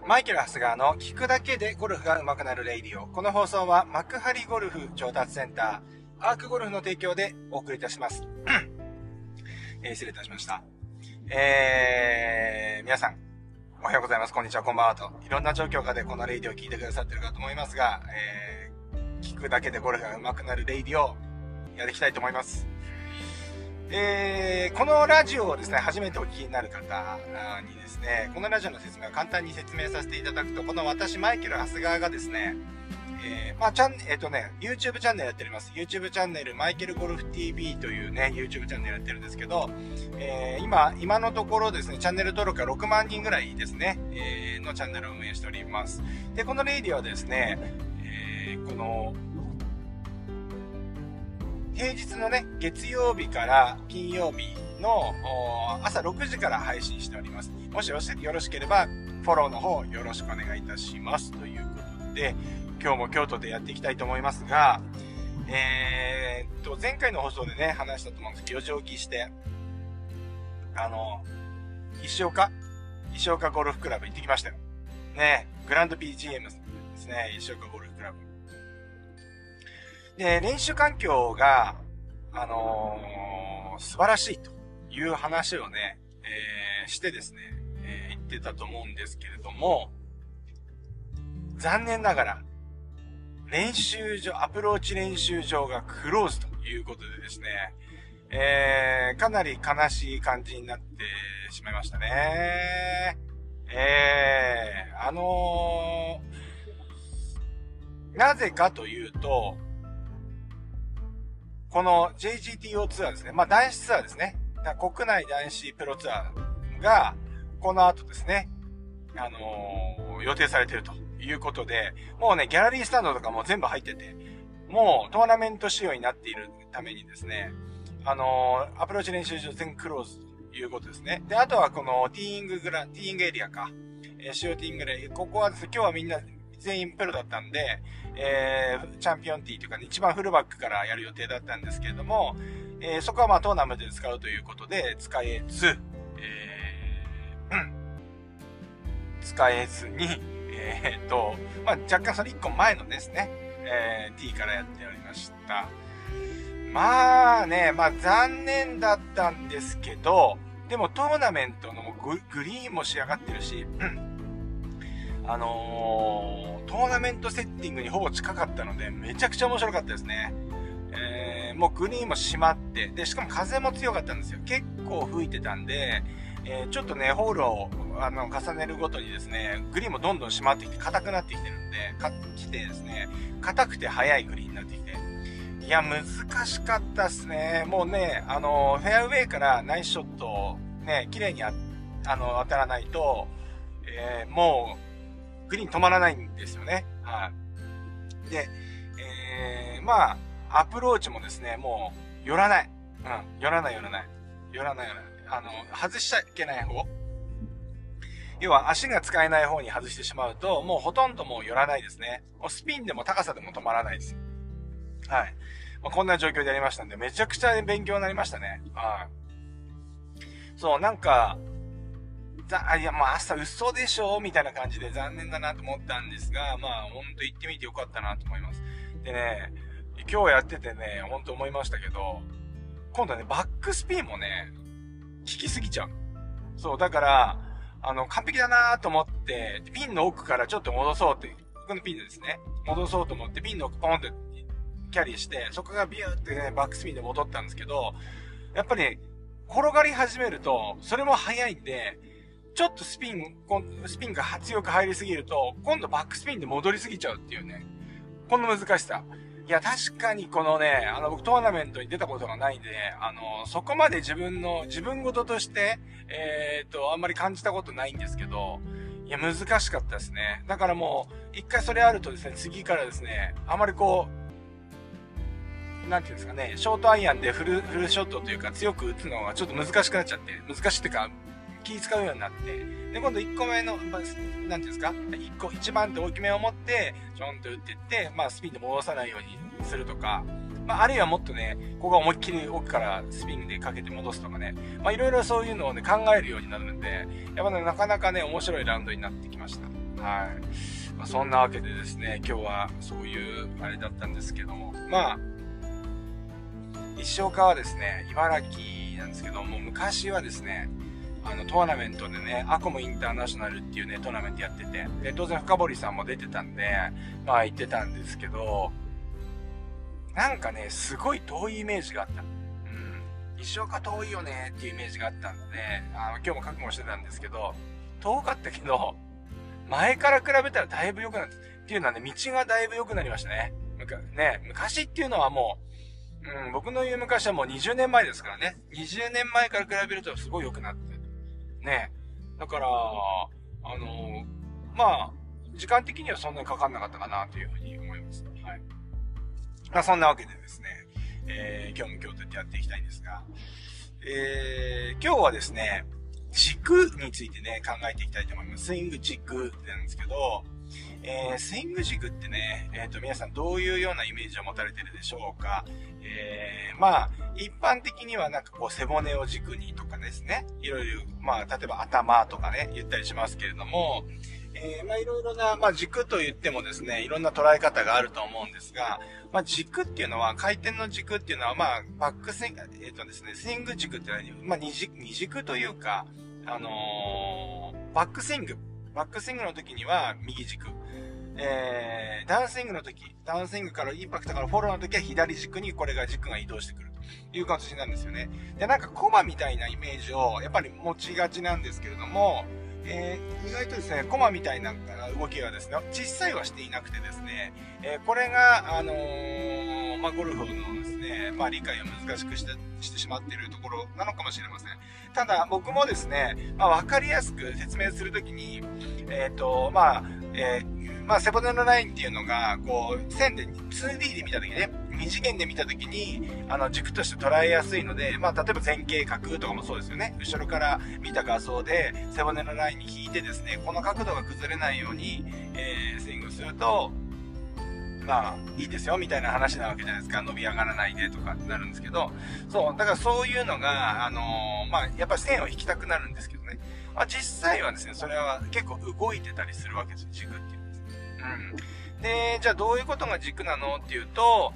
マイケル・ハスガーの聞くだけでゴルフが上手くなるレイディオ。この放送は幕張ゴルフ上達センター、アークゴルフの提供でお送りいたします。失礼いたしました。皆さん、おはようございます。こんにちは、こんばんはと。いろんな状況下でこのレイディオを聞いてくださってるかと思いますが、聞くだけでゴルフが上手くなるレイディオをやっていきたいと思います。このラジオをですね、初めてお聞きになる方にですね、このラジオの説明を簡単に説明させていただくと、この私、マイケル・ハスガーがですね、YouTube チャンネルやっております。YouTube チャンネル、マイケルゴルフ TV というね、YouTube チャンネルやってるんですけど、今のところですね、チャンネル登録が6万人ぐらいですね、のチャンネルを運営しております。で、このレイディはですね、この、平日のね、月曜日から金曜日の朝6時から配信しております。もしよろしければ、フォローの方よろしくお願いいたします。ということで、今日も京都でやっていきたいと思いますが、前回の放送でね、話したと思うんですけど、4時起きして、石岡ゴルフクラブ行ってきましたよ。ね、グランド PGM ですね、石岡ゴルフクラブ。で、練習環境が、素晴らしいという話をね、してですね、言ってたと思うんですけれども、残念ながら、アプローチ練習場がクローズということでですね、かなり悲しい感じになってしまいましたね。なぜかというと、この JGTO ツアーですね。まあ男子ツアーですね。国内男子プロツアーが、この後ですね、予定されているということで、もうね、ギャラリースタンドとかも全部入ってて、もうトーナメント仕様になっているためにですね、アプローチ練習場全クローズということですね。で、あとはこのティーイングエリアか。主要ティーイングエリア。ここはですね、今日はみんな全員プロだったんで、チャンピオンティーというかね、一番フルバックからやる予定だったんですけれども、そこはまあトーナメントで使うということで、使えずに、若干それ1個前のですね、T からやっておりました。まあね、残念だったんですけど、でもトーナメントのグリーンも仕上がってるし、トーナメントセッティングにほぼ近かったので、めちゃくちゃ面白かったですね。もうグリーンも締まって、で、しかも風も強かったんですよ。結構吹いてたんで、ちょっとね、ホールを、重ねるごとにですね、グリーンもどんどん締まってきて、硬くなってきてるんで、ですね、硬くて速いグリーンになってきて、いや、難しかったっすね。もうね、フェアウェイからナイスショットをね、綺麗に当たらないと、もう、グリーン止まらないんですよね。はい。で、アプローチもですね、もう、寄らない。寄らない。外しちゃいけない方。要は足が使えない方に外してしまうと、もうほとんどもう寄らないですね。もうスピンでも高さでも止まらないです。はい。こんな状況でやりましたんで、めちゃくちゃ勉強になりましたね。はい。そう、なんか、朝嘘でしょみたいな感じで残念だなと思ったんですが、ほんと行ってみてよかったなと思います。でね、今日やっててね、ほんと思いましたけど、今度はね、バックスピンもね、効きすぎちゃう。そう、だから、完璧だなと思って、ピンの奥からちょっと戻そうって、このピンでですね、戻そうと思って、ピンの奥ポンってキャリーして、そこがビューってね、バックスピンで戻ったんですけど、やっぱり、転がり始めると、それも早いんで、ちょっとスピンが強く入りすぎると、今度バックスピンで戻りすぎちゃうっていうね、この難しさ。いや、確かにこのね、僕トーナメントに出たことがないんで、そこまで自分事として、あんまり感じたことないんですけど、いや、難しかったですね。だからもう、一回それあるとですね、次からですね、あまりこう、なんていうんですかね、ショートアイアンでフルショットというか強く打つのがちょっと難しくなっちゃって、難しいっていうか、気使うようになって、で、今度1個目の、なんていうんですか、1番手大きめを持って、ちょんと打っていって、スピンで戻さないようにするとか、あるいはもっとね、ここが思いっきり奥からスピンでかけて戻すとかね、いろいろそういうのをね、考えるようになるんで、やっぱね、なかなかね、面白いラウンドになってきました。 はい。まあ、そんなわけでですね、今日はそういうあれだったんですけども、まあ、石岡はですね、茨城なんですけども、昔はですね、トーナメントでね、アコムインターナショナルっていうね、トーナメントやってて、で、当然深堀さんも出てたんで、まあ行ってたんですけど、なんかね、すごい遠いイメージがあった。石岡遠いよねっていうイメージがあったんで、今日も覚悟してたんですけど、遠かったけど、前から比べたらだいぶ良くなった。っていうのはね、道がだいぶ良くなりましたね。昔っていうのはもう、僕の言う昔はもう20年前ですからね。20年前から比べるとすごい良くなって。ね。だから、まあ、時間的にはそんなにかかんなかったかなというふうに思います。はい。まあそんなわけでですね、今日も今日とやっていきたいんですが、今日はですね、軸についてね、考えていきたいと思います。スイング軸なんですけど、スイング軸ってね、皆さんどういうようなイメージを持たれてるでしょうか。まあ、一般的にはなんかこう背骨を軸にとかですね、いろいろ、まあ、例えば頭とかね、言ったりしますけれども、まあいろいろな、まあ軸と言ってもですね、いろんな捉え方があると思うんですが、まあ軸っていうのは、回転の軸っていうのは、まあ、バックスイング、ですね、スイング軸っていうのは、まあ二軸というか、バックスイングの時には右軸。ダウンスイングからインパクトからフォローの時は左軸に軸が移動してくるという形なんですよね。で、なんかコマみたいなイメージをやっぱり持ちがちなんですけれども、意外とですね、コマみたいな動きはですね、実際はしていなくてですね、これが、まあ、ゴルフのですね、まあ、理解を難しくしてしまっているところなのかもしれません。ただ、僕もですね、まあ、わかりやすく説明するときに、まあ、背骨のラインっていうのが、こう、線で 2D で見たときね、二次元で見たときに、軸として捉えやすいので、まあ、例えば前傾角とかもそうですよね。後ろから見た画像で、背骨のラインに引いてですね、この角度が崩れないように、スイングすると、まあ、いいですよ、みたいな話なわけじゃないですか。伸び上がらないでとかってなるんですけど、そう、だからそういうのが、まあ、やっぱ線を引きたくなるんですけどね。まあ、実際はですね、それは結構動いてたりするわけですよ、軸っていうのですね。で、じゃあどういうことが軸なのっていうと、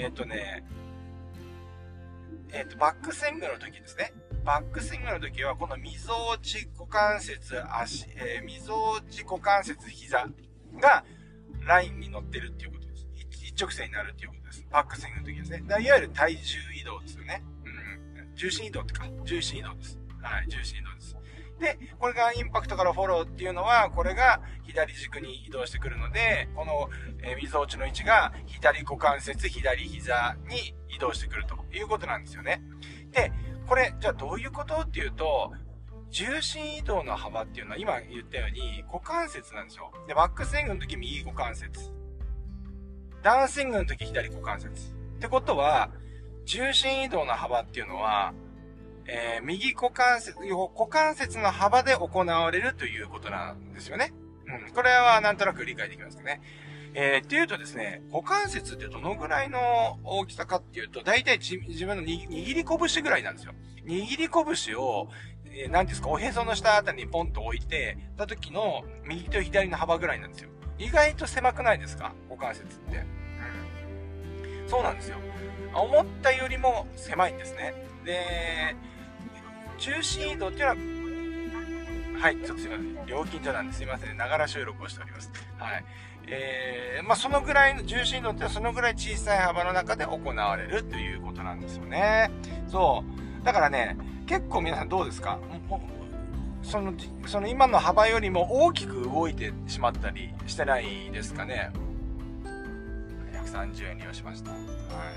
バックスイングの時ですね。バックスイングの時は、このみぞおち股関節みぞおち股関節膝がラインに乗ってるっていうことです。一直線になるっていうことです。バックスイングの時ですね。いわゆる体重移動ですよね。重心移動ってか、重心移動です。はい、重心移動です。で、これがインパクトからフォローっていうのは、これが左軸に移動してくるので、この、みぞおちの位置が左股関節、左膝に移動してくるということなんですよね。で、これ、じゃあどういうことっていうと、重心移動の幅っていうのは今言ったように股関節なんですよ。で、バックスイングの時右股関節。ダウンスイングの時左股関節。ってことは、重心移動の幅っていうのは、右股関節の幅で行われるということなんですよね。これはなんとなく理解できますかね。っていうとですね、股関節ってどのぐらいの大きさかっていうと、だいたい自分の握り拳ぐらいなんですよ。握り拳を、何ですか、おへその下あたりにポンと置いてた時の右と左の幅ぐらいなんですよ。意外と狭くないですか、股関節って。そうなんですよ。思ったよりも狭いんですね。で、重心移動っていうのは、はい、ちょっとすいません。料金所なんですいません。ながら収録をしております。はい。まあ、そのぐらいの重心移動ってそのぐらい小さい幅の中で行われるということなんですよね。そう。だからね、結構皆さんどうですか？その今の幅よりも大きく動いてしまったりしてないですかね。130円利用しました。はい。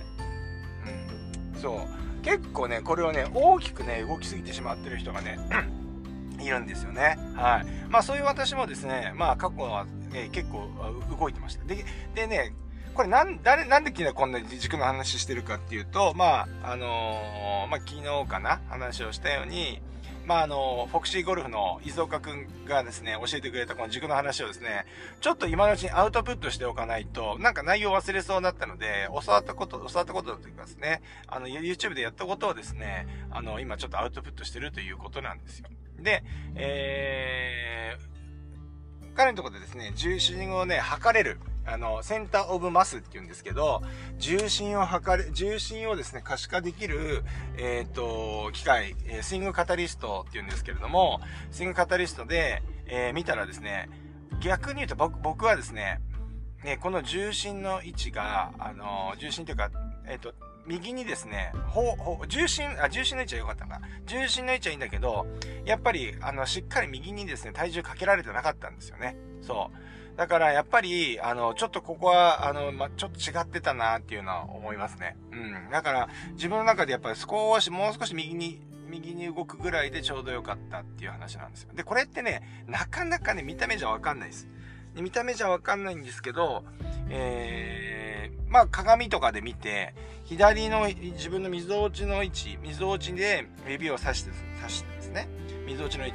そう。結構ね、これをね、大きくね、動きすぎてしまってる人がね、いるんですよね。はい。まあそういう私もですね、まあ過去は、結構動いてました。でね、これなんで昨日こんな軸の話してるかっていうと、まあ、まあ昨日かな、話をしたように、まあフォクシーゴルフの磯岡くんがですね、教えてくれたこの軸の話をですね、ちょっと今のうちにアウトプットしておかないと、なんか内容忘れそうだったので、教わったことというかですね、YouTube でやったことをですね、今ちょっとアウトプットしてるということなんですよ。で、 彼のところでですね、重心をね、測れる。センターオブマスって言うんですけど、重心をですね、可視化できる、機械、スイングカタリストって言うんですけれども、スイングカタリストで、見たらですね、逆に言うと僕はですね、この重心の位置が、重心というか、右にですね、重心の位置は良かったな。重心の位置はいいんだけど、やっぱり、しっかり右にですね、体重かけられてなかったんですよね。そう。だから、やっぱり、ちょっとここは、ちょっと違ってたなっていうのは思いますね。うん。だから、自分の中でやっぱりもう少し右に動くぐらいでちょうど良かったっていう話なんですよ。で、これってね、なかなかね、見た目じゃわかんないです。見た目じゃわかんないんですけど、まあ、鏡とかで見て、左の自分のみぞおちの位置、みぞおちで指を刺してですね、みぞおちに、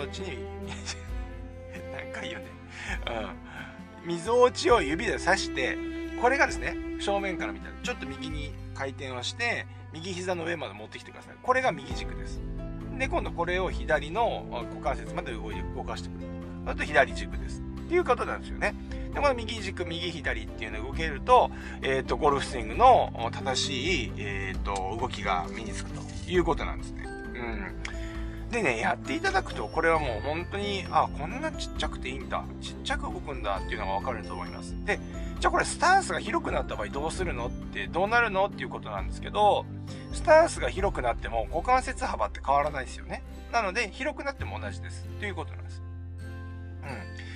何回言うね。うん。みぞおちを指で刺して、これがですね、正面から見たら、ちょっと右に回転をして、右膝の上まで持ってきてください。これが右軸です。で、今度これを左の股関節まで動かしてくる。あと左軸です。っていうことなんですよね。で、この右軸、右左っていうのが動けると、ゴルフスイングの正しい、動きが身につくということなんですね。うん。でね、やっていただくと、これはもう本当に、こんなちっちゃくていいんだ。ちっちゃく動くんだっていうのがわかると思います。で、じゃあこれスタンスが広くなった場合どうするのって、どうなるのっていうことなんですけど、スタンスが広くなっても股関節幅って変わらないですよね。なので、広くなっても同じです。ということなんです。うん。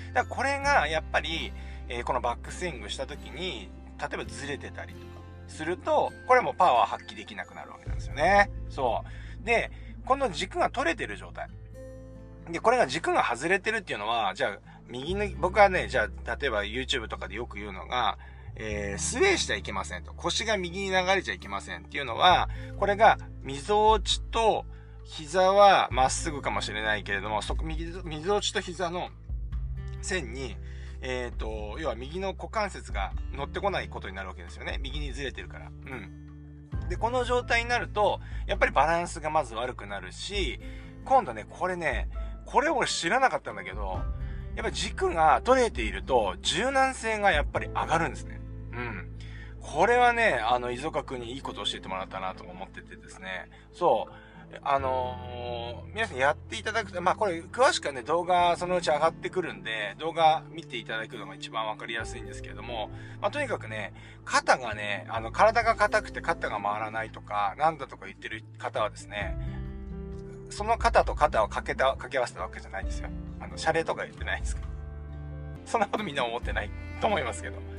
だからこれが、やっぱり、このバックスイングした時に、例えばずれてたりとかすると、これもパワー発揮できなくなるわけなんですよね。そう。で、この軸が取れてる状態。で、これが軸が外れてるっていうのは、じゃあ、僕はね、じゃあ、例えば YouTube とかでよく言うのが、スウェーしちゃいけませんと。腰が右に流れちゃいけませんっていうのは、これが、みぞおちと膝はまっすぐかもしれないけれども、みぞおちと膝の線に、要は右の股関節が乗ってこないことになるわけですよね。右にずれてるから。うん。で、この状態になると、やっぱりバランスがまず悪くなるし、今度ね、これ俺知らなかったんだけど、やっぱり軸が取れていると、柔軟性がやっぱり上がるんですね。うん。これはね、磯岡くんにいいことを教えてもらったなと思っててですね。そう。皆さんやっていただくと、まあこれ詳しくはね、動画そのうち上がってくるんで、動画見ていただくのが一番わかりやすいんですけれども、まあとにかくね、肩がね、体が硬くて肩が回らないとか、なんだとか言ってる方はですね、その肩と肩を掛け合わせたわけじゃないですよ。シャレとか言ってないですけど。そんなことみんな思ってないと思いますけど。うん。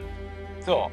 そう。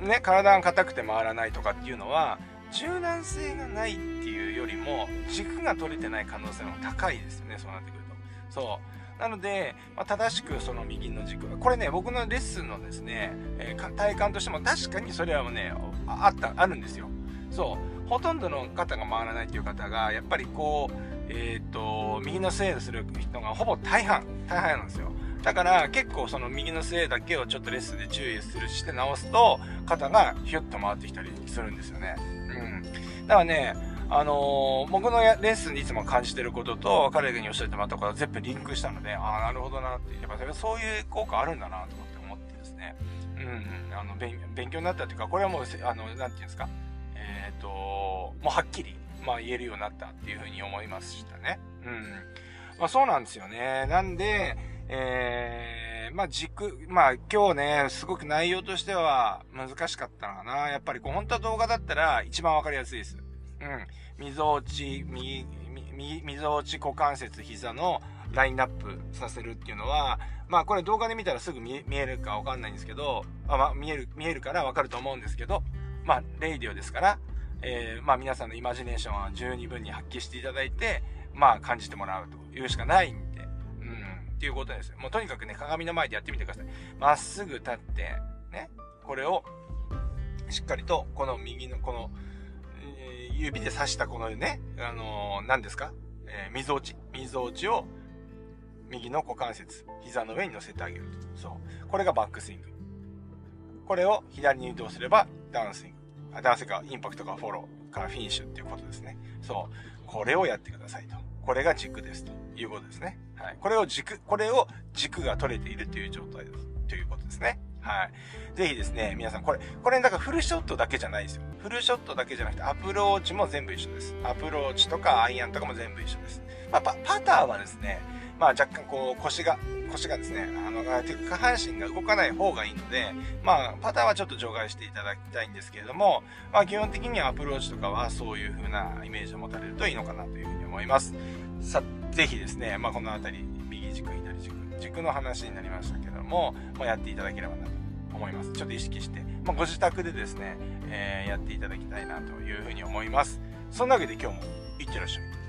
ね、体が硬くて回らないとかっていうのは、柔軟性がないっていうよりも、軸が取れてない可能性の方が高いですよね、そうなってくると。そう。なので、まあ、正しくその右の軸。これね、僕のレッスンのですね、体感としても確かにそれはね、あるんですよ。そう。ほとんどの肩が回らないっていう方が、やっぱりこう、右のスウェーする人がほぼ大半なんですよ。だから結構その右のスウェーだけをちょっとレッスンで注意して直すと、肩がヒュッと回ってきたりするんですよね。うん。だからね、僕のレッスンでいつも感じてることと、彼に教えてもらったことは全部リンクしたので、なるほどなって、やっぱそういう効果あるんだなと思ってですね。うん、勉強になったというか、これはもう、なんていうんですか、もうはっきり、まあ言えるようになったっていうふうに思いましたね。うん。まあそうなんですよね。なんで、まあまあ今日ね、すごく内容としては難しかったのかな。やっぱり本当は動画だったら一番わかりやすいです。うん。みぞおち、股関節、膝のラインナップさせるっていうのは、まあこれ動画で見たらすぐ見えるかわかんないんですけど、まあ見えるからわかると思うんですけど、まあレイディオですから、まあ皆さんのイマジネーションは十二分に発揮していただいて、まあ感じてもらうというしかないんで、っていうことです。もうとにかくね、鏡の前でやってみてください。まっすぐ立って、ね、これを、しっかりと、この右の、この、指で刺したこのね、何ですかみぞおちを、右の股関節、膝の上に乗せてあげると。そう。これがバックスイング。これを左に移動すれば、ダウンスイング。ダウンスイングか、インパクトかフォローかフィニッシュっていうことですね。そう。これをやってくださいと。これが軸ですということですね。 はい。これを軸が取れているという状態です。ということですね。はい。ぜひですね、皆さんこれだからフルショットだけじゃないですよ。フルショットだけじゃなくてアプローチも全部一緒です。アプローチとかアイアンとかも全部一緒です。まあ、パターはですね、まあ若干こう腰がですね、下半身が動かない方がいいので、まあパターはちょっと除外していただきたいんですけれども、まあ基本的にはアプローチとかはそういう風なイメージを持たれるといいのかなというふうに思います。ぜひですね、まあこのあたり、右軸、左軸の話になりましたけども、まあ、やっていただければなと思います。ちょっと意識して、まあ、ご自宅でですね、やっていただきたいなというふうに思います。そんなわけで今日もいってらっしゃい。